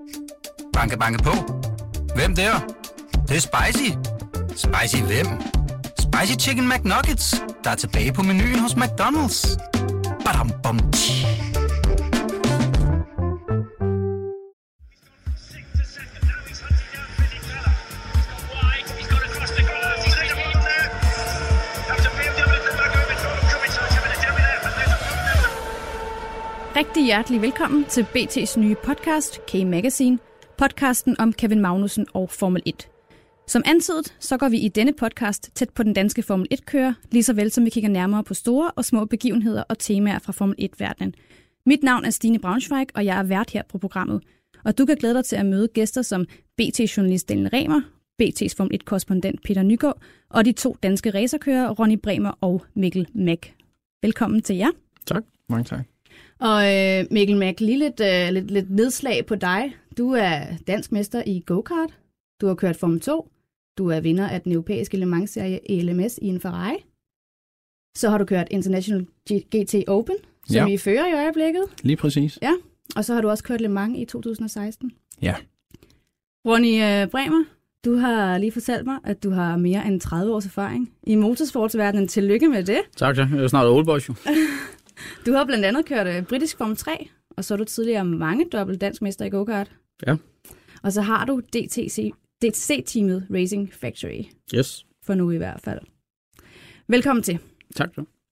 Banke, banke på. Hvem der? Det er spicy. Spicy hvem? Spicy Chicken McNuggets, der er tilbage på menuen hos McDonald's. Badum, bom, tji. Rigtig hjertelig velkommen til BT's nye podcast, K-Magazine, podcasten om Kevin Magnussen og Formel 1. Som antydet, så går vi i denne podcast tæt på den danske Formel 1-kører, lige så vel som vi kigger nærmere på store og små begivenheder og temaer fra Formel 1-verdenen. Mit navn er Stine Braunschweig, og jeg er vært her på programmet. Og du kan glæde dig til at møde gæster som BT-journalist Daniel Remer, BT's Formel 1-korrespondent Peter Nygaard og de to danske racerkører Ronny Bremer og Mikkel Mack. Velkommen til jer. Tak. Mange tak. Og Mikkel Mack, lige lidt nedslag på dig. Du er dansk mester i go-kart. Du har kørt Formel 2. Du er vinder af den europæiske Le Mans-serie ELMS i en Ferrari. Så har du kørt International GT Open, som vi fører i øjeblikket. Lige præcis. Ja, og så har du også kørt Le Mans i 2016. Ja. Ronny Bremer, du har lige fortalt mig, at du har mere end 30 års erfaring i motorsportsverdenen. Tillykke med det. Tak. Jeg er snart old boys jo. Du har blandt andet kørt britisk Formel 3, og så er du tidligere mangedobbelt dansk mester i go-kart. Ja. Og så har du DTC-teamet Racing Factory. Yes. For nu i hvert fald. Velkommen til. Tak.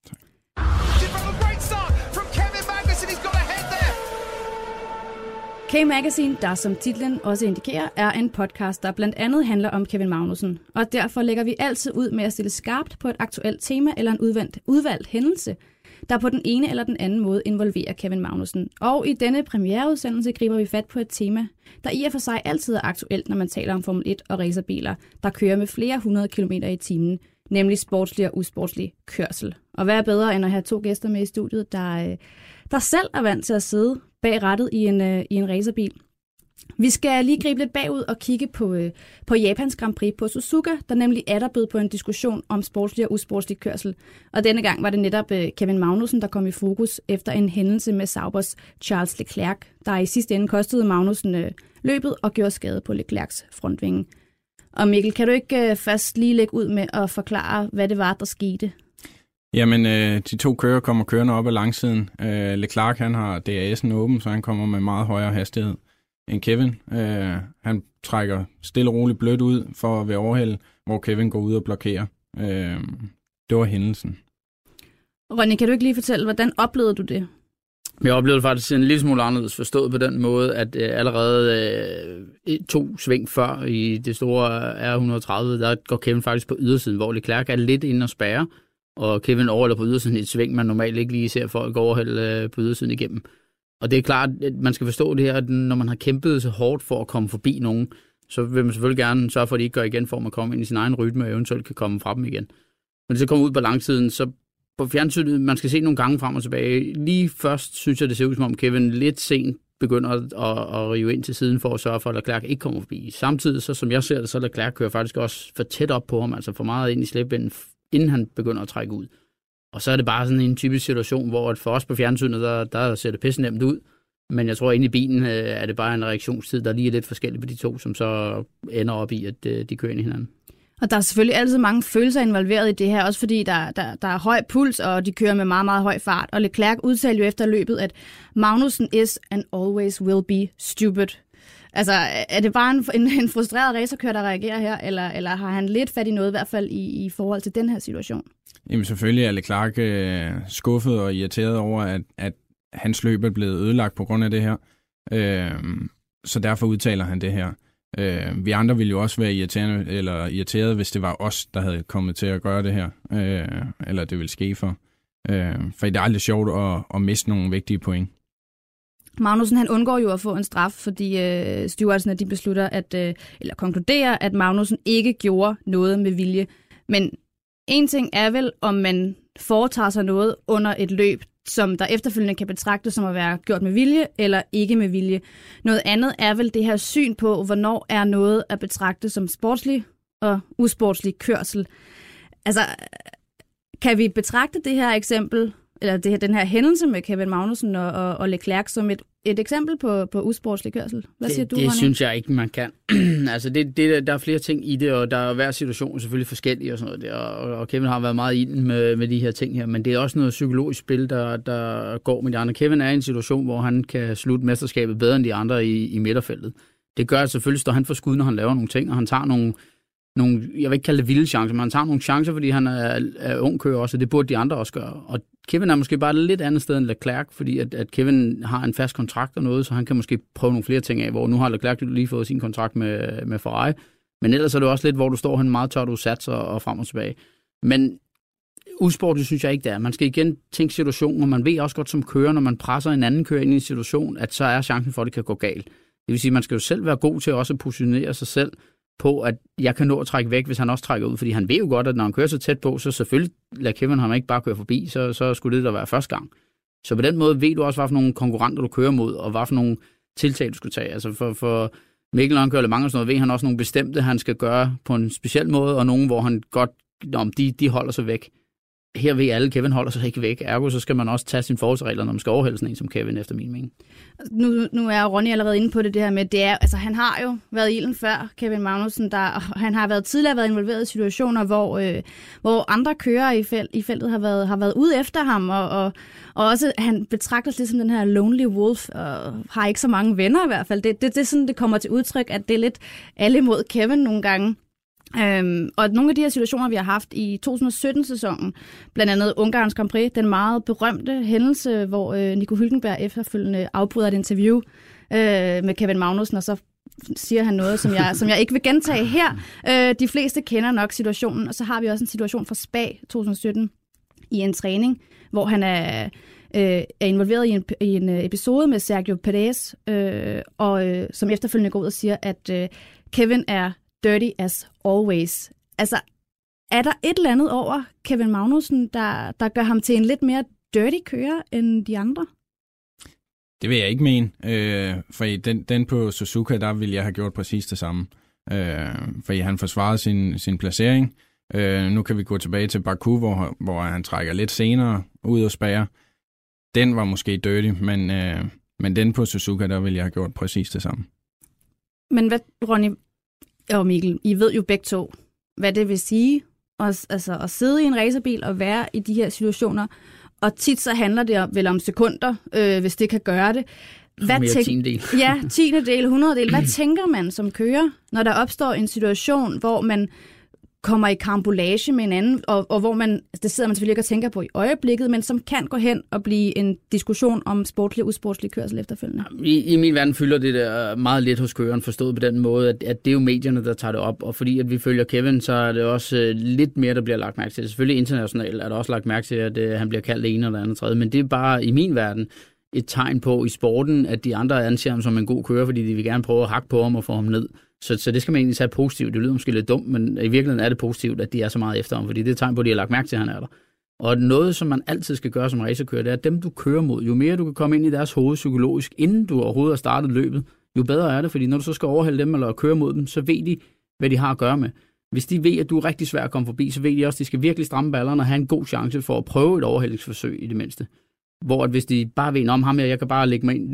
K-Magazine, der som titlen også indikerer, er en podcast, der blandt andet handler om Kevin Magnussen. Og derfor lægger vi altid ud med at stille skarpt på et aktuelt tema eller en udvalgt hændelse, der på den ene eller den anden måde involverer Kevin Magnussen. Og i denne premiereudsendelse griber vi fat på et tema, der i og for sig altid er aktuelt, når man taler om Formel 1 og racerbiler, der kører med flere 100 km i timen, nemlig sportslig og usportslig kørsel. Og hvad er bedre end at have to gæster med i studiet, der selv er vant til at sidde bag rattet i en racerbil. Vi skal lige gribe lidt bagud og kigge på Japans Grand Prix på Suzuka, der nemlig er der blevet på en diskussion om sportslig og usportslig kørsel. Og denne gang var det netop Kevin Magnussen, der kom i fokus efter en hændelse med Saubers Charles Leclerc, der i sidste ende kostede Magnussen løbet og gjorde skade på Leclercs frontvinge. Og Mikkel, kan du ikke først lige lægge ud med at forklare, hvad det var, der skete? Jamen, de to kører kommer kørende op ad langsiden. Leclerc, han har DRS'en åben, så han kommer med meget højere hastighed end Kevin. Han trækker stille og roligt blødt ud for at være overhældet, hvor Kevin går ud og blokerer. Det var hændelsen. Ronny, kan du ikke lige fortælle, hvordan oplevede du det? Jeg oplevede det faktisk en lille smule anderledes forstået på den måde, at allerede 2 sving før i det store R130, der går Kevin faktisk på ydersiden, hvor Leclerc er lidt inde og spærre, og Kevin overholder på ydersiden et sving, man normalt ikke lige ser folk overhælde på ydersiden igennem. Og det er klart, at man skal forstå det her, at når man har kæmpet så hårdt for at komme forbi nogen, så vil man selvfølgelig gerne sørge for, at de ikke gør igen, for at man kommer ind i sin egen rytme og eventuelt kan komme fra dem igen. Men så kommer ud på langsiden, så på fjernsynet, man skal se nogle gange frem og tilbage. Lige først synes jeg, det ser ud som om Kevin lidt sent begynder at rive ind til siden for at sørge for, at Leclerc ikke kommer forbi. Samtidig, så som jeg ser det, så Leclerc kører faktisk også for tæt op på ham, altså for meget ind i slæbbinden, inden han begynder at trække ud. Og så er det bare sådan en typisk situation, hvor for os på fjernsynet, der ser det pisse nemt ud. Men jeg tror, inde i bilen er det bare en reaktionstid, der lige er lidt forskellig på de to, som så ender op i, at de kører ind i hinanden. Og der er selvfølgelig altid mange følelser involveret i det her, også fordi der er høj puls, og de kører med meget, meget høj fart. Og Leclerc udtalte jo efter løbet, at Magnussen is and always will be stupid. Altså, er det bare en frustreret racerkører, der reagerer her, eller har han lidt fat i noget, i hvert fald i forhold til den her situation? Jamen selvfølgelig er Leclerc skuffet og irriteret over, at hans løb er blevet ødelagt på grund af det her. Så derfor udtaler han det her. Vi andre ville jo også være irriteret, hvis det var os, der havde kommet til at gøre det her, eller det ville ske for. For det er aldrig sjovt at miste nogle vigtige point. Magnussen, han undgår jo at få en straf, fordi stewardsene, de beslutter eller konkluderer, at Magnussen ikke gjorde noget med vilje. Men en ting er vel, om man foretager sig noget under et løb, som der efterfølgende kan betragtes som at være gjort med vilje eller ikke med vilje. Noget andet er vel det her syn på, hvornår er noget at betragte som sportslig og usportslig kørsel. Altså, kan vi betragte det her eksempel, eller den her hændelse med Kevin Magnussen og Leclerc som et et eksempel på usportslig kørsel? Hvad siger du, Det Ronny? synes jeg ikke, man kan. Altså, der er flere ting i det, og der er hver situation selvfølgelig forskellig og sådan noget der, og Kevin har været meget i den med de her ting her, men det er også noget psykologisk spil, der går med de andre. Kevin er i en situation, hvor han kan slutte mesterskabet bedre end de andre i midterfeltet. Det gør, at selvfølgelig står han for skud, når han laver nogle ting, og han tager nogle, jeg vil ikke kalde det vilde chancer, men han tager nogle chancer, fordi han er ung kører også, og det burde de andre også gøre. Og Kevin er måske bare et lidt andet sted end Leclerc, fordi at Kevin har en fast kontrakt og noget, så han kan måske prøve nogle flere ting af, hvor nu har Leclerc lige fået sin kontrakt med Ferrari. Men ellers er det også lidt, hvor du står hen meget tørt, du satser og frem og tilbage. Men usportligt synes jeg ikke, det er. Man skal igen tænke situationer. Man ved også godt som kører, når man presser en anden kører ind i en situation, at så er chancen for, at det kan gå galt. Det vil sige, at man skal jo selv være god til også at positionere sig selv på, at jeg kan nå at trække væk, hvis han også trækker ud. Fordi han ved jo godt, at når han kører så tæt på, så selvfølgelig lader Kevin ham ikke bare køre forbi, så skulle det da være første gang. Så på den måde ved du også, hvad for nogle konkurrenter du kører mod, og hvad for nogle tiltag du skal tage. Altså for Mikkel, når han kører Le Mans og sådan noget, ved han også nogle bestemte, han skal gøre på en speciel måde, og nogle, hvor han godt, de holder sig væk. Her ved alle, Kevin holder sig ikke væk. Ergo, så skal man også tage sine forholdsregler, når man skal overhælde sådan en som Kevin, efter min mening. Nu er Ronny allerede inde på det her med, det er, altså han har jo været i ilden før, Kevin Magnussen, han har tidligere været involveret i situationer, hvor andre kører i feltet har været ude efter ham, og også han betragtes lidt som den her lonely wolf, og har ikke så mange venner i hvert fald. Det er sådan, det kommer til udtryk, at det er lidt alle imod Kevin nogle gange. Og nogle af de her situationer, vi har haft i 2017-sæsonen, blandt andet Ungarns Grand Prix, den meget berømte hændelse, hvor Nico Hülkenberg efterfølgende afbryder et interview med Kevin Magnussen, og så siger han noget, som jeg ikke vil gentage her. De fleste kender nok situationen, og så har vi også en situation fra Spa 2017 i en træning, hvor han er involveret i en episode med Sergio Perez, og som efterfølgende går ud og siger, at Kevin er dirty as always. Altså, er der et eller andet over Kevin Magnussen, der gør ham til en lidt mere dirty kører end de andre? Det vil jeg ikke mene. For den på Suzuka, der ville jeg have gjort præcis det samme. Fordi han forsvarede sin placering. Nu kan vi gå tilbage til Baku, hvor han trækker lidt senere ud og spærre. Den var måske dirty, men den på Suzuka, der ville jeg have gjort præcis det samme. Men hvad, Ronny og Mikkel, I ved jo begge to, hvad det vil sige at sidde i en racerbil og være i de her situationer. Og tit så handler det vel om sekunder, hvis det kan gøre det. Tiendedel. Ja, tiendedel, 100-del. Hvad tænker man som kører, når der opstår en situation, hvor man kommer i karambolage med en anden, og hvor det sidder man selvfølgelig ikke og tænker på i øjeblikket, men som kan gå hen og blive en diskussion om sportlig og usportslig kørsel efterfølgende? I min verden fylder det der meget lidt hos køreren, forstået på den måde, at det er jo medierne, der tager det op, og fordi at vi følger Kevin, så er det også lidt mere, der bliver lagt mærke til. Selvfølgelig internationalt er der også lagt mærke til, at han bliver kaldt det ene eller andet tredje, men det er bare i min verden et tegn på i sporten, at de andre anser ham som en god kører, fordi de vil gerne prøve at hakke på ham og få ham ned. Så det skal man egentlig tage positivt. Det lyder måske lidt dumt, men i virkeligheden er det positivt, at de er så meget efter ham, fordi det er et tegn på, at de har lagt mærke til, at han er der. Og noget, som man altid skal gøre som racerkører, det er, at dem, du kører mod, jo mere du kan komme ind i deres hoved psykologisk, inden du overhovedet har startet løbet, jo bedre er det, fordi når du så skal overhælde dem eller køre mod dem, så ved de, hvad de har at gøre med. Hvis de ved, at du er rigtig svær at komme forbi, så ved de også, at de skal virkelig stramme ballerne og have en god chance for at prøve et overhældingsforsøg i det mindste. Hvor at hvis de bare ved om ham her, jeg kan bare lægge mig ind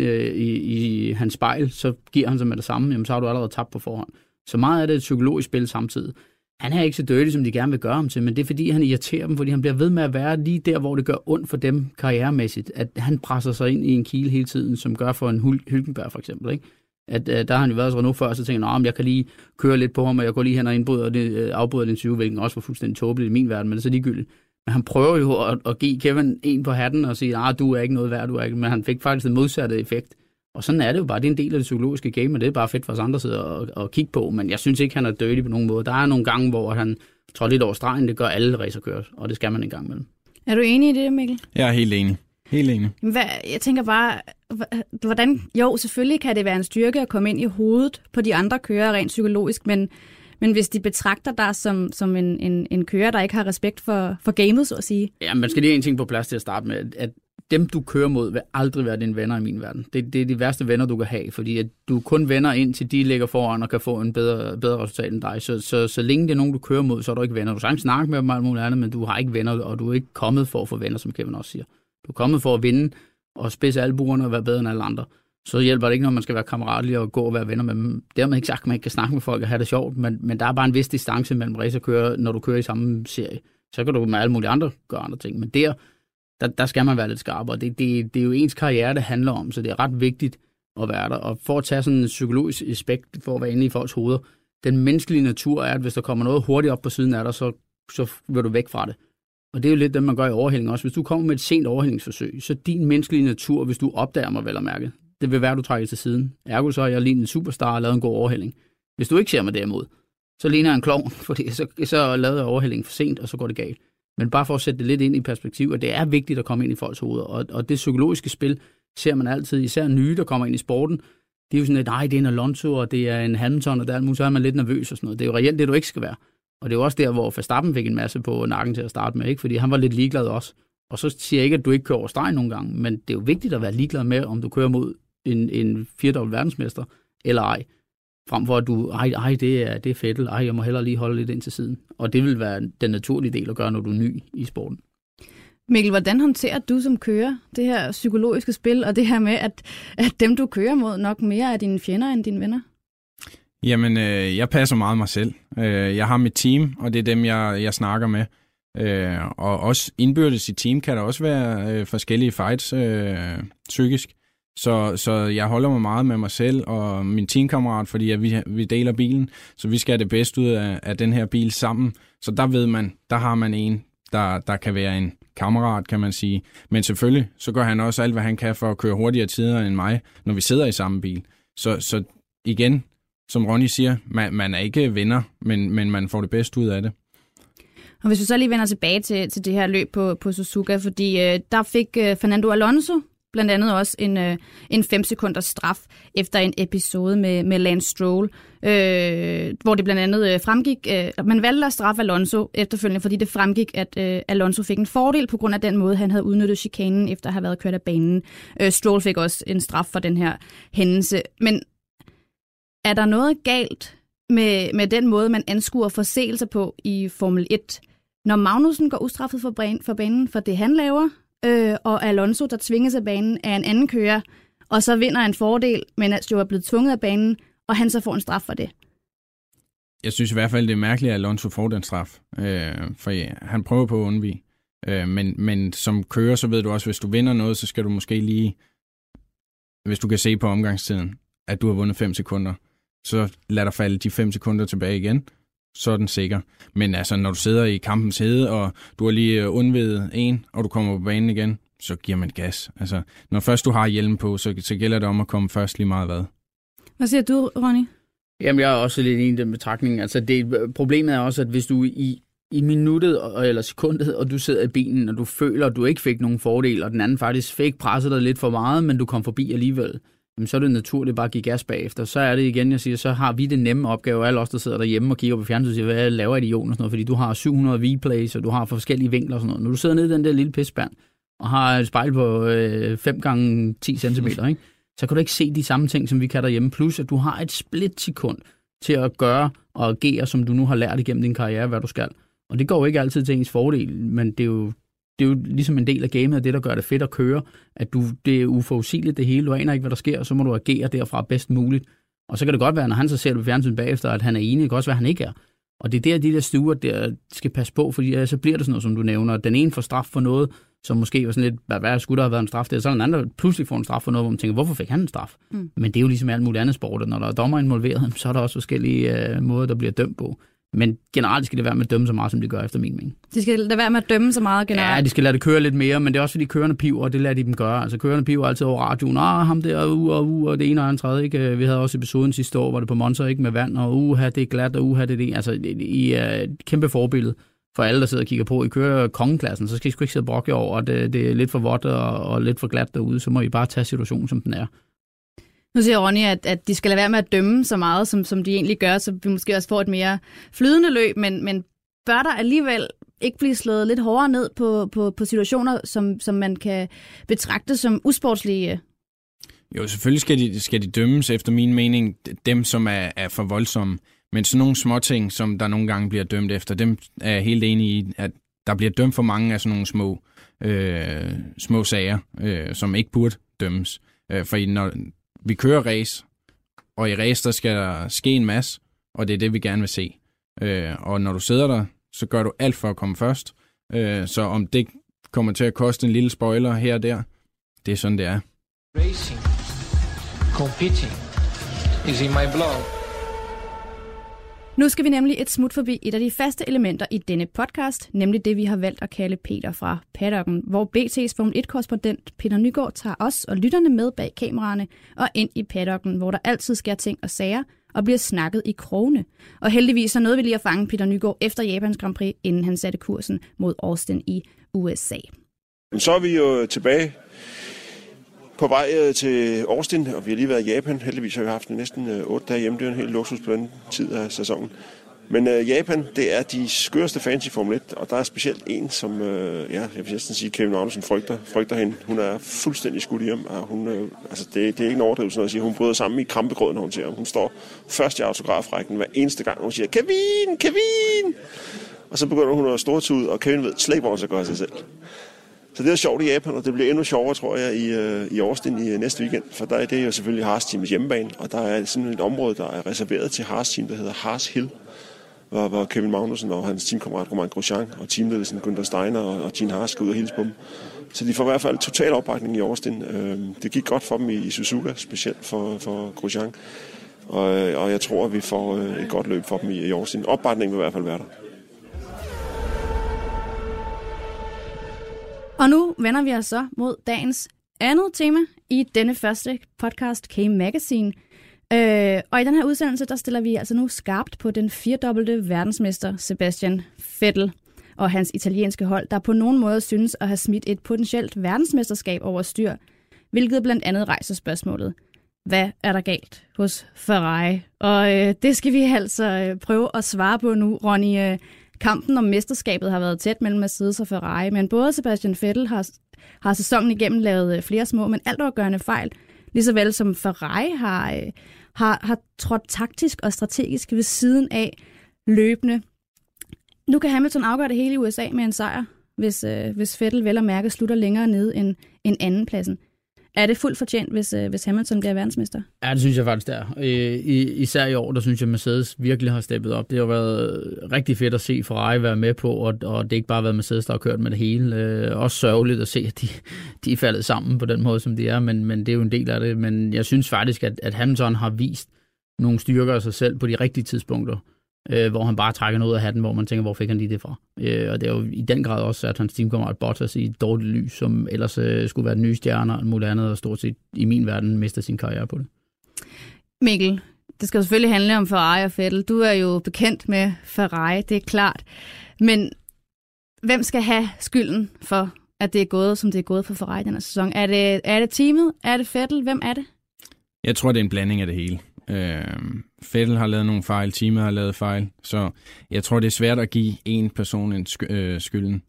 i hans spejl, så giver han sig med det samme, jamen så har du allerede tabt på forhånd. Så meget af det et psykologisk spil samtidig. Han er ikke så dirty, som de gerne vil gøre ham til, men det er fordi, han irriterer dem, fordi han bliver ved med at være lige der, hvor det gør ondt for dem karrieremæssigt, at han presser sig ind i en kile hele tiden, som gør for en Hülkenberg for eksempel, ikke? At der har han jo været så nu før, så tænker jeg, jeg kan lige køre lidt på ham, og jeg går lige hen og afbryder den 20, hvilken også var fuldstændig tåbeligt i min verden, men det er så ligegyldigt. Men han prøver jo at give Kevin en på hatten og sige, du er ikke noget værd, du er ikke, men han fik faktisk den modsatte effekt. Og sådan er det jo bare. Det er en del af det psykologiske game, og det er bare fedt for os andre sidder og kigge på. Men jeg synes ikke, han er dirty på nogen måde. Der er nogle gange, hvor han trådte lidt over stregen. Det gør alle racerkører, og det skal man en gang imellem. Er du enig i det, Mikkel? Jeg er helt enig. Helt enig. Jeg tænker bare, hvordan... Jo, selvfølgelig kan det være en styrke at komme ind i hovedet på de andre kører rent psykologisk, men hvis de betragter dig som en kører, der ikke har respekt for gamet, så at sige. Ja, man skal lige have en ting på plads til at starte med, at dem, du kører mod, vil aldrig være dine venner i min verden. Det er de værste venner, du kan have, fordi at du kun venner ind til de ligger foran og kan få en bedre resultat end dig. Så længe det er nogen, du kører mod, så er du ikke venner. Du skal ikke snakke med dem alt muligt andet, men du har ikke venner, og du er ikke kommet for at få venner, som Kevin også siger. Du er kommet for at vinde og spidse albuerne og være bedre end alle andre. så hjælper det ikke, når man skal være kammeratlig og gå og være venner med dem. Dermed ikke sagt, at man ikke kan snakke med folk og have det sjovt, men der er bare en vis distance mellem race og køre, når du kører i samme serie. Så kan du med alle mulige andre gøre andre ting, men der skal man være lidt skarp, og det er jo ens karriere, det handler om, så det er ret vigtigt at være der. Og for at tage sådan en psykologisk aspekt, for at være inde i folks hoveder, den menneskelige natur er, at hvis der kommer noget hurtigt op på siden af dig, så vil du væk fra det. Og det er jo lidt det, man gør i overhældning også. Hvis du kommer med et sent overhældningsforsøg, så din menneskelige natur, hvis du opdager mig vel at mærke, det vil være, at du trækker til siden. Ergo så er jeg lige en superstar og lavet en god overhældning. Hvis du ikke ser mig derimod, så ligner jeg en klovn, fordi så lavede jeg overhældningen for sent, og så går det galt. Men bare for at sætte det lidt ind i perspektiv, at det er vigtigt at komme ind i folks hoveder. Og det psykologiske spil ser man altid, især nye, der kommer ind i sporten. Det er jo sådan, at nej, det er en Alonso, og det er en Hamilton, og der så er man lidt nervøs og sådan noget. Det er jo reelt det, du ikke skal være. Og det er jo også der, hvor Verstappen fik en masse på nakken til at starte med, ikke? Fordi han var lidt ligeglad også. Og så siger jeg ikke, at du ikke kører over stregen nogle gange, men det er jo vigtigt at være ligeglad med, om du kører mod en 4-dobbelt verdensmester, eller ej. Frem for at du, det er Vettel, jeg må hellere lige holde lidt ind til siden. Og det vil være den naturlige del at gøre, når du er ny i sporten. Mikkel, hvordan håndterer du som kører det her psykologiske spil, og det her med, at dem du kører mod nok mere er dine fjender end dine venner? Jamen, jeg passer meget mig selv. Jeg har mit team, og det er dem, jeg snakker med. Og også indbyrdes i team kan der også være forskellige fights psykisk. Så jeg holder mig meget med mig selv og min teamkammerat, fordi vi deler bilen, så vi skal have det bedste ud af den her bil sammen. Så der ved man, der har man en, der kan være en kammerat, kan man sige. Men selvfølgelig, så gør han også alt, hvad han kan for at køre hurtigere tider end mig, når vi sidder i samme bil. Så igen, som Ronny siger, man er ikke venner, men man får det bedste ud af det. Og hvis vi så lige vender tilbage til det her løb på Suzuka, fordi der fik Fernando Alonso blandt andet også en 5 sekunders straf efter en episode med Lance Stroll, hvor det blandt andet fremgik, man valgte at straffe Alonso efterfølgende, fordi det fremgik, at Alonso fik en fordel på grund af den måde, han havde udnyttet chikanen efter at have været kørt af banen. Stroll fik også en straf for den her hændelse. Men er der noget galt med den måde, man anskuer forseelser på i Formel 1, når Magnussen går ustraffet for banen for det, han laver, og Alonso, der tvinges af banen af en anden kører, og så vinder en fordel, men jo er blevet tvunget af banen, og han så får en straf for det? Jeg synes i hvert fald, det er mærkeligt, at Alonso får den straf, for han prøver på at undvige. Men som kører, så ved du også, hvis du vinder noget, så skal du måske lige, hvis du kan se på omgangstiden, at du har vundet 5 sekunder, så lad dig falde de 5 sekunder tilbage igen, så er den sikker. Men altså, når du sidder i kampens hede, og du har lige undvedet en, og du kommer på banen igen, så giver man gas. Altså, når først du har hjelm på, så gælder det om at komme først lige meget hvad. Hvad siger du, Ronny? Jamen, jeg er også lidt enig i den betragtning. Altså, problemet er også, at hvis du i minuttet eller sekundet, og du sidder i bilen, og du føler, at du ikke fik nogen fordel, og den anden faktisk fik presset dig lidt for meget, men du kom forbi alligevel, jamen, så er det naturligt bare at give gas bagefter. Så er det igen, jeg siger, så har vi det nemme opgave, alle os, der sidder derhjemme og kigger på fjernsynet og siger, hvad laver idioten og sådan noget, fordi du har 700 replays, og du har forskellige vinkler og sådan noget. Når du sidder nede i den der lille pisspand, og har et spejl på 5 gange 10 cm, ikke? Så kan du ikke se de samme ting, som vi kan derhjemme. Plus, at du har et splitsekund til at gøre og agere, som du nu har lært igennem din karriere, hvad du skal. Og det går jo ikke altid til ens fordel, men det er jo ligesom en del af gamet, og det, der gør det fedt at køre, at det er uforudsigeligt det hele. Du aner ikke, hvad der sker, og så må du agere derfra bedst muligt. Og så kan det godt være, når han så ser det på fjernsynet bagefter, at han er enig. Det kan også være, at han ikke er. Og det er de der stuer, der skal passe på, fordi så bliver det sådan noget, som du nævner. Den ene får straf for noget, som måske var sådan lidt, hvad skulle der have været en straf der? Så er den anden, der pludselig får en straf for noget, hvor man tænker, hvorfor fik han en straf? Men det er jo ligesom alt muligt andet sport, når der er dommer involveret, så er der også forskellige måder, der bliver dømt på. Men generelt skal det være med at dømme så meget, som de gør, efter min mening. De skal lade være med at dømme så meget generelt? Ja, de skal lade det køre lidt mere, men det er også fordi kørende piver, og det lader de dem gøre. Altså kørende piver altid over radioen, ham der, og det ene og andet tredje, ikke? Vi havde også episoden sidste år, hvor det på Monza, ikke, med vand, og det er glat, og det er det. Altså, I er et kæmpe forbillede for alle, der sidder og kigger på. I kører kongeklassen, så skal I sgu ikke sidde og brokke over, at det er lidt for vådt og lidt for glat derude, så må I bare tage situationen, som den er. Nu siger Ronny, at de skal lade være med at dømme så meget, som de egentlig gør, så vi måske også får et mere flydende løb, men bør der alligevel ikke blive slået lidt hårdere ned på situationer, som man kan betragte som usportslige? Jo, selvfølgelig skal de dømmes, efter min mening, dem som er for voldsomme. Men sådan nogle småting, som der nogle gange bliver dømt efter, dem er jeg helt enig i, at der bliver dømt for mange af sådan nogle små sager, som ikke burde dømmes. For vi kører race, og i race, der skal der ske en masse, og det er det, vi gerne vil se. Og når du sidder der, så gør du alt for at komme først. Så om det kommer til at koste en lille spoiler her og der, det er sådan, det er. Racing, competing is in my blood. Nu skal vi nemlig et smut forbi et af de faste elementer i denne podcast, nemlig det, vi har valgt at kalde Peter fra paddocken, hvor BT's Formel 1-korrespondent Peter Nygaard tager os og lytterne med bag kameraerne og ind i paddocken, hvor der altid sker ting og sager og bliver snakket i krogene. Og heldigvis så nåede vi lige at fange Peter Nygaard efter Japans Grand Prix, inden han satte kursen mod Austin i USA. Så er vi jo tilbage på vej til Austin, og vi har lige været i Japan. Heldigvis har vi haft næsten 8 dage hjemme. Det er en helt luksus på den tid af sæsonen. Men Japan, det er de skørste fans i Formel 1, og der er specielt en, som jeg vil næsten sige, Kevin Magnussen frygter hende. Hun er fuldstændig skudt hjem, og hun, det er ikke en overdrivelse at sige, hun bryder sammen i krampegråd, når hun ser ham. Hun står først i autografrækken hver eneste gang, og hun siger, Kevin! Og så begynder hun at stortude, og Kevin ved slet hvor hun så gør sig selv. Så det er sjovt i Japan, og det bliver endnu sjovere, tror jeg, i Austin i næste weekend. For der er det jo selvfølgelig Haas-teamets hjemmebane, og der er sådan et område, der er reserveret til Haas-team, der hedder Haas Hill, hvor Kevin Magnussen og hans teamkammerat Romain Grosjean og teamledelsen Günther Steiner og Gene Haas skal ud og hilse på dem. Så de får i hvert fald total opbakning i Austin. Det gik godt for dem i Suzuka, specielt for Grosjean. Og jeg tror, at vi får et godt løb for dem i Austin. Opbakningen vil i hvert fald være der. Og nu vender vi os så mod dagens andet tema i denne første podcast, K-Magazine. Og i den her udsendelse, der stiller vi altså nu skarpt på den 4-dobbelte verdensmester Sebastian Vettel og hans italienske hold, der på nogen måde synes at have smidt et potentielt verdensmesterskab over styr, hvilket blandt andet rejser spørgsmålet: hvad er der galt hos Ferrari? Og det skal vi altså prøve at svare på nu, Ronny. Kampen om mesterskabet har været tæt mellem Mercedes og Ferrari, men både Sebastian Vettel har sæsonen igennem lavet flere små, men altafgørende fejl, lige så vel som Ferrari har trådt taktisk og strategisk ved siden af løbende. Nu kan Hamilton afgøre det hele i USA med en sejr, hvis Vettel vel og mærke slutter længere nede end andenpladsen. Er det fuldt fortjent, hvis Hamilton bliver verdensmester? Ja, det synes jeg faktisk, det er. Især i år, der synes jeg, Mercedes virkelig har steppet op. Det har været rigtig fedt at se Ferrari være med på, og det ikke bare været Mercedes, der har kørt med det hele. Også sørgeligt at se, at de er faldet sammen på den måde, som de er, men det er jo en del af det. Men jeg synes faktisk, at Hamilton har vist nogle styrker af sig selv på de rigtige tidspunkter, hvor han bare trækker noget af hatten, hvor man tænker, hvor fik han lige det fra? Og det er jo i den grad også, at hans teamkammerat Bottas i et dårligt lys, som ellers skulle være den nye stjerne og muligt andet, og stort set i min verden mister sin karriere på det. Mikkel, det skal jo selvfølgelig handle om Ferrari og Vettel. Du er jo bekendt med Ferrari, det er klart. Men hvem skal have skylden for, at det er gået, som det er gået for Ferrari den her sæson? Er det teamet? Er det Vettel? Hvem er det? Jeg tror, det er en blanding af det hele. Vettel har lavet nogle fejl, teamet har lavet fejl, så jeg tror, det er svært at give en person skylden.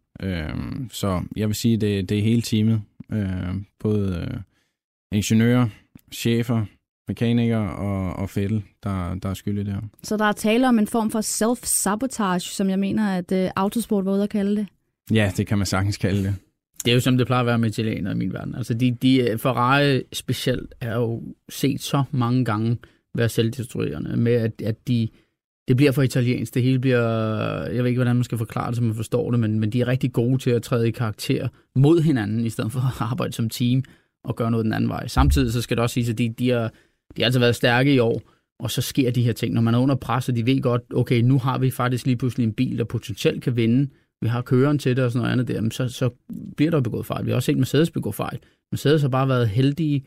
Så jeg vil sige, det er hele teamet. Både ingeniører, chefer, mekanikere og Vettel, der er skyld i det her. Så der er tale om en form for self-sabotage, som jeg mener, at Autosport var ude at kalde det? Ja, det kan man sagtens kalde det. Det er jo som det plejer at være med italienere i min verden. Altså de Ferrari specielt er jo set så mange gange være selvdestruerende med, at det bliver for italiensk. Det hele bliver, jeg ved ikke, hvordan man skal forklare det, så man forstår det, men de er rigtig gode til at træde i karakter mod hinanden, i stedet for at arbejde som team og gøre noget den anden vej. Samtidig så skal det også sige, at de har altså været stærke i år, og så sker de her ting. Når man er under pres, og de ved godt, okay, nu har vi faktisk lige pludselig en bil, der potentielt kan vinde, vi har køreren til det og sådan noget andet der, så bliver der begået fejl. Vi har også set Mercedes begå fejl. Mercedes har bare været heldige,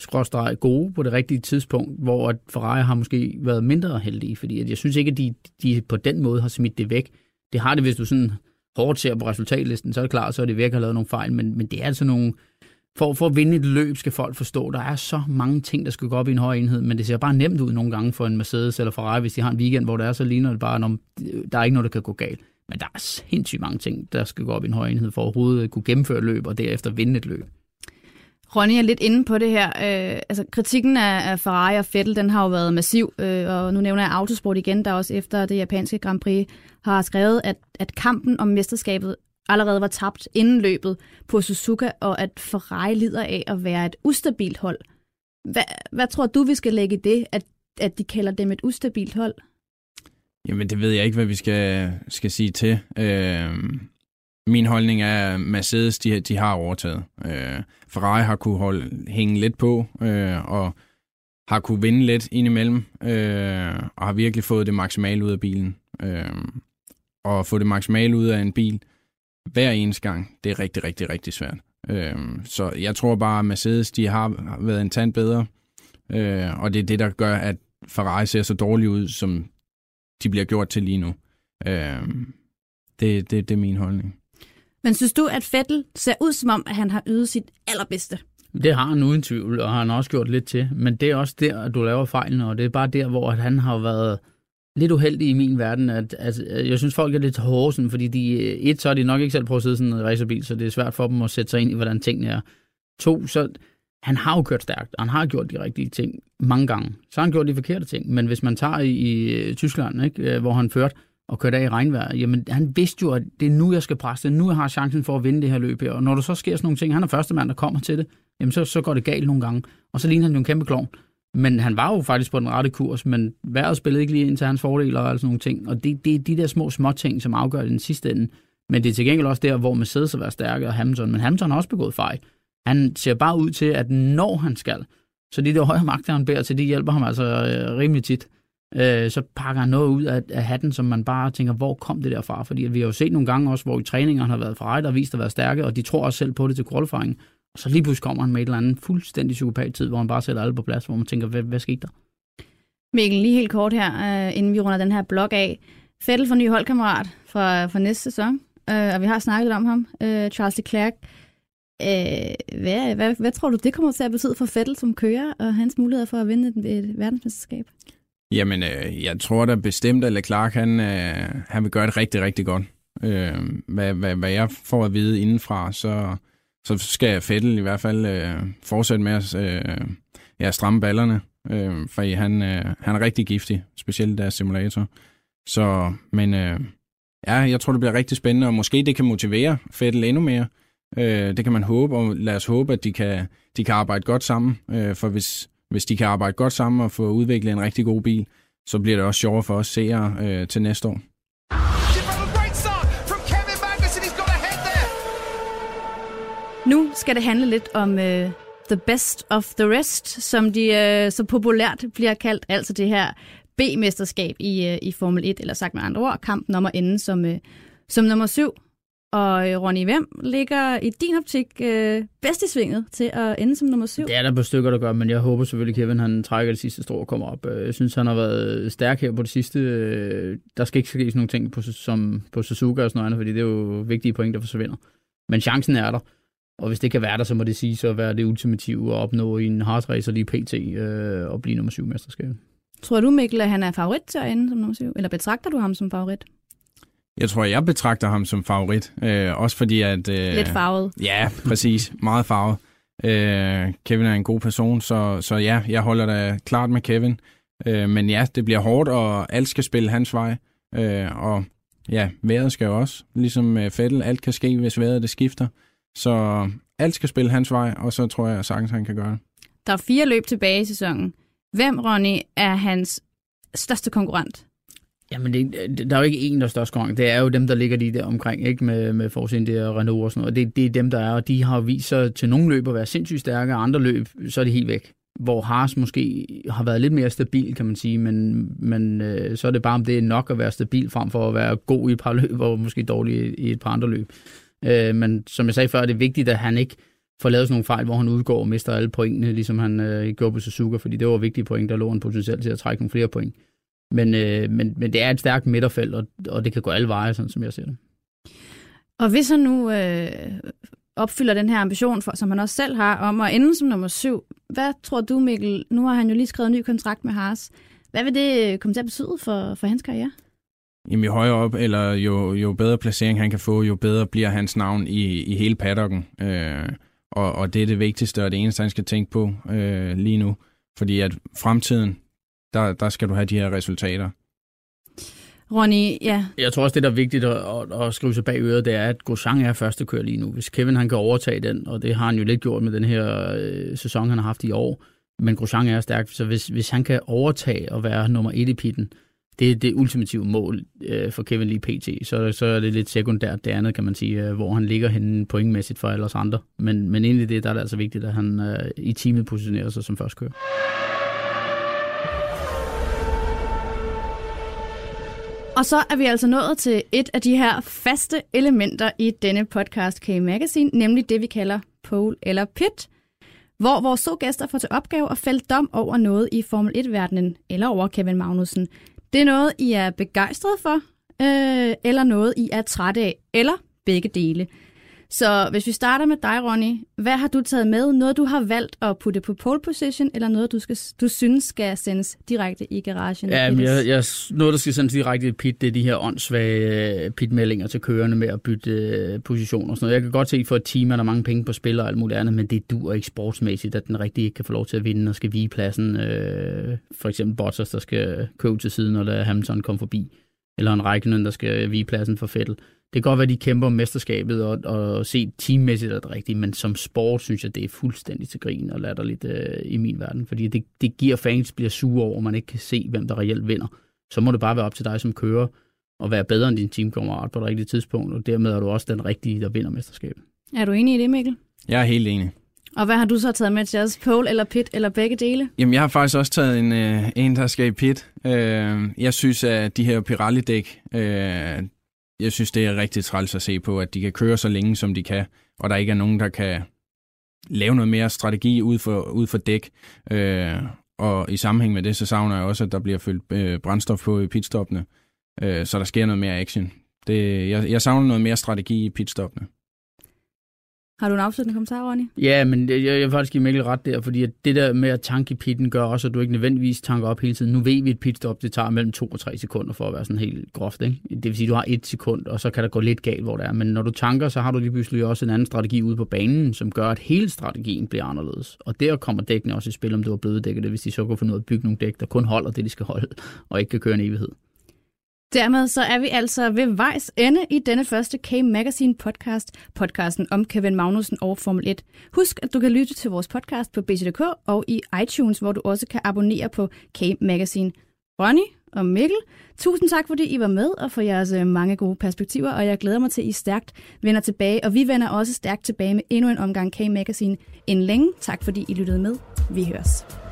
gode på det rigtige tidspunkt, hvor at Ferrari har måske været mindre heldige, fordi at jeg synes ikke, at de på den måde har smidt det væk. Det har det, hvis du sådan hårdt ser på resultatlisten, så er det klart, så er det væk at have lavet nogle fejl, men det er altså nogle... For at vinde et løb, skal folk forstå, der er så mange ting, der skal gå op i en høj enhed, men det ser bare nemt ud nogle gange for en Mercedes eller Ferrari, hvis de har en weekend, hvor det er så ligner det bare, når der er ikke noget, der kan gå galt. Men der er sindssygt mange ting, der skal gå op i en høj enhed for at overhovedet kunne gennemføre et løb og derefter vinde et løb. Ronny er lidt inde på det her. Altså kritikken af Ferrari og Vettel, den har jo været massiv, og nu nævner jeg Autosport igen, der også efter det japanske Grand Prix har skrevet, at kampen om mesterskabet allerede var tabt inden løbet på Suzuka, og at Ferrari lider af at være et ustabilt hold. Hvad tror du, vi skal lægge i det, at de kalder dem et ustabilt hold? Jamen, det ved jeg ikke, hvad vi skal sige til. Min holdning er, at Mercedes, de har overtaget. Ferrari har kunne hænge lidt på, og har kunne vinde lidt indimellem, og har virkelig fået det maksimale ud af bilen. Og få det maksimale ud af en bil hver eneste gang, det er rigtig, rigtig, rigtig svært. Så jeg tror bare, at Mercedes, de har været en tand bedre, og det er det, der gør, at Ferrari ser så dårligt ud, som de bliver gjort til lige nu. Det er min holdning. Men synes du, at Vettel ser ud som om, at han har ydet sit allerbedste? Det har han uden tvivl, og han har også gjort lidt til. Men det er også der, at du laver fejlen, og det er bare der, hvor han har været lidt uheldig i min verden. At jeg synes, folk er lidt hårde, sådan, fordi så er de nok ikke selv prøvet at sidde sådan en racerbil, så det er svært for dem at sætte sig ind i, hvordan tingene er. 2, så han har jo kørt stærkt, og han har gjort de rigtige ting mange gange. Så har han gjort de forkerte ting. Men hvis man tager i Tyskland, ikke, hvor han førte og kørte af i regnvejr, jamen han vidste jo, at det er nu, jeg skal presse det. Nu jeg har chancen for at vinde det her løb her. Og når der så sker sådan nogle ting, han er første mand, der kommer til det, jamen så går det galt nogle gange. Og så ligner han jo en kæmpe klovn. Men han var jo faktisk på den rette kurs, men vejret spillede ikke lige ind til hans fordel og sådan nogle ting. Og det er de der små ting, som afgør det i den sidste ende. Men det er til gengæld også der, hvor Mercedes har været stærke og Hamilton. Men Hamilton har også begået fejl. Han ser bare ud til, at når han skal, så de der højere magter, han bærer til, de hjælper ham altså rimelig tit. Så pakker han noget ud af hatten, som man bare tænker, hvor kom det der fra? Fordi vi har jo set nogle gange også, hvor i træninger han har været Ferrari, der har vist at være stærke, og de tror også selv på det til qualifying. Og så lige pludselig kommer han med et eller andet fuldstændig psykopat-tid, hvor han bare sætter alle på plads, hvor man tænker, hvad skete der? Mikkel, lige helt kort her, inden vi runder den her blog af. Vettel får ny holdkammerat for næste sæson, og vi har snakket lidt om ham, Charles Leclerc. Hvad tror du, det kommer til at betyde for Vettel som kører, og hans muligheder for at vinde et verdensmesterskab? Jamen, jeg tror da bestemt, at Leclerc, han vil gøre det rigtig, rigtig godt. Hvad jeg får at vide indenfra, så skal Vettel i hvert fald fortsætte med at stramme ballerne, for han er rigtig giftig, specielt deres simulator. Så, men jeg tror, det bliver rigtig spændende, og måske det kan motivere Vettel endnu mere. Det kan man håbe, og lad os håbe, at de kan arbejde godt sammen, for hvis de kan arbejde godt sammen og få udviklet en rigtig god bil, så bliver det også sjovere for os seere til næste år. Nu skal det handle lidt om the best of the rest, som de så populært bliver kaldt, altså det her B-mesterskab i Formel 1, eller sagt med andre ord, kampen om at ende som nummer 7. Og Ronny, hvem ligger i din optik bedst i svinget til at ende som nummer 7? Det er der på stykker, der gør, men jeg håber selvfølgelig, Kevin han trækker det sidste strå og kommer op. Jeg synes, han har været stærk her på det sidste. Der skal ikke ske sådan nogle ting som på Suzuka og sådan noget andet, fordi det er jo vigtige point, der forsvinder. Men chancen er der, og hvis det kan være der, så må det sige så at være det ultimative at opnå i en hardracer lige pt. Og blive nummer 7 mesterskab. Tror du, Mikkel, at han er favorit til at ende som nummer 7? Eller betragter du ham som favorit? Jeg tror, jeg betragter ham som favorit. Også fordi, at... Lidt farvet. Ja, præcis. Meget farvet. Kevin er en god person, så ja, jeg holder da klart med Kevin. Men ja, det bliver hårdt, og alt skal spille hans vej. Og ja, vejret skal jo også. Ligesom Vettel, alt kan ske, hvis vejret det skifter. Så alt skal spille hans vej, og så tror jeg, at sagtens han kan gøre det. Der er 4 løb tilbage i sæsonen. Hvem, Ronny, er hans største konkurrent? Jamen, der er jo ikke en, der er størst konkurrent. Det er jo dem, der ligger lige der omkring, ikke? Med Force India og Renault og sådan noget. Det er dem, der er, og de har vist sig til nogle løb at være sindssygt stærke, og andre løb, så er de helt væk. Hvor Haas måske har været lidt mere stabil, kan man sige, men så er det bare, om det er nok at være stabil, frem for at være god i et par løb, og måske dårlig i et par andre løb. Men som jeg sagde før, er det vigtigt, at han ikke får lavet sådan nogle fejl, hvor han udgår og mister alle pointene, ligesom han gjorde på Suzuka, fordi det var vigtige point, der lå en potentielt til at trække nogle flere point. Men det er et stærkt midterfelt, og det kan gå alle veje, sådan som jeg ser det. Og hvis han nu opfylder den her ambition, som han også selv har, om at ende som nummer 7, hvad tror du, Mikkel? Nu har han jo lige skrevet en ny kontrakt med Haas. Hvad vil det komme til at betyde for hans karriere? Jamen, jo højere op, eller jo bedre placering han kan få, jo bedre bliver hans navn i hele paddocken. Og det er det vigtigste, og det eneste, han skal tænke på lige nu. Fordi at fremtiden, der skal du have de her resultater. Ronny, ja. Jeg tror også, det der er vigtigt at skrive sig bag øret, det er, at Grosjean er første kører lige nu. Hvis Kevin han kan overtage den, og det har han jo lidt gjort med den her sæson, han har haft i år, Men Grosjean er stærk, så hvis han kan overtage og være nummer 1 i pitten, det er det ultimative mål for Kevin Lee PT. Så er det lidt sekundært det andet, kan man sige, hvor han ligger henne pointmæssigt for alle os andre. Men egentlig der er det altså vigtigt, at han i teamet positionerer sig som førstkører. Og så er vi altså nået til et af de her faste elementer i denne podcast K-Magazine, nemlig det, vi kalder pole eller pit, hvor vores to gæster får til opgave at fælde dom over noget i Formel 1-verdenen eller over Kevin Magnussen. Det er noget, I er begejstret for, eller noget, I er træt af, eller begge dele. Så hvis vi starter med dig, Ronny, hvad har du taget med? Noget, du har valgt at putte på pole position, eller noget, du synes skal sendes direkte i garagen? Ja, noget, der skal sendes direkte i pit, det er de her åndssvage pitmeldinger til kørende med at bytte position og sådan noget. Jeg kan godt se, for et team er der mange penge på spil og alt muligt andet, men det duer ikke sportsmæssigt, at den rigtige ikke kan få lov til at vinde og skal vige pladsen. For eksempel Bottas, der skal købe til siden, og lade Hamilton komme forbi. Eller en Räikkönen, der skal vige pladsen for Vettel. Det kan godt være, at de kæmper om mesterskabet og se teammæssigt er det rigtigt, men som sport synes jeg, det er fuldstændig til grin og latterligt i min verden. Fordi det giver fans bliver sure over, at man ikke kan se, hvem der reelt vinder. Så må det bare være op til dig som kører og være bedre end din teamkammerat på det rigtige tidspunkt, og dermed er du også den rigtige, der vinder mesterskabet. Er du enig i det, Mikkel? Jeg er helt enig. Og hvad har du så taget med til os? Pole eller pit, eller begge dele? Jamen, jeg har faktisk også taget en der skal i pit. Jeg synes, at de her Pirelli-dæk, jeg synes, det er rigtig træls at se på, at de kan køre så længe, som de kan, og der ikke er nogen, der kan lave noget mere strategi ud for dæk. Og i sammenhæng med det, så savner jeg også, at der bliver fyldt brændstof på i pitstoppene, så der sker noget mere action. Jeg savner noget mere strategi i pitstoppene. Har du en afsluttende kommentar, Ronny? Ja, men jeg vil faktisk give Mikkel ret der, fordi det der med at tanke i pitten gør også, at du ikke nødvendigvis tanker op hele tiden. Nu ved vi, at et pitstop, det tager mellem 2 og 3 sekunder for at være sådan helt groft, ikke? Det vil sige, at du har 1 sekund, og så kan der gå lidt galt, hvor det er. Men når du tanker, så har du lige pludselig også en anden strategi ude på banen, som gør, at hele strategien bliver anderledes. Og der kommer dækkene også i spil, om det var bløddækket, hvis de så kunne få noget at bygge nogle dæk, der kun holder det, de skal holde, og ikke kan køre en evighed. Dermed så er vi altså ved vejs ende i denne første K-Magazine podcast, podcasten om Kevin Magnussen og Formel 1. Husk, at du kan lytte til vores podcast på BT.dk og i iTunes, hvor du også kan abonnere på K-Magazine. Ronny og Mikkel, tusind tak, fordi I var med og for jeres mange gode perspektiver, og jeg glæder mig til, at I stærkt vender tilbage, og vi vender også stærkt tilbage med endnu en omgang K-Magazine inden længe. Tak, fordi I lyttede med. Vi høres.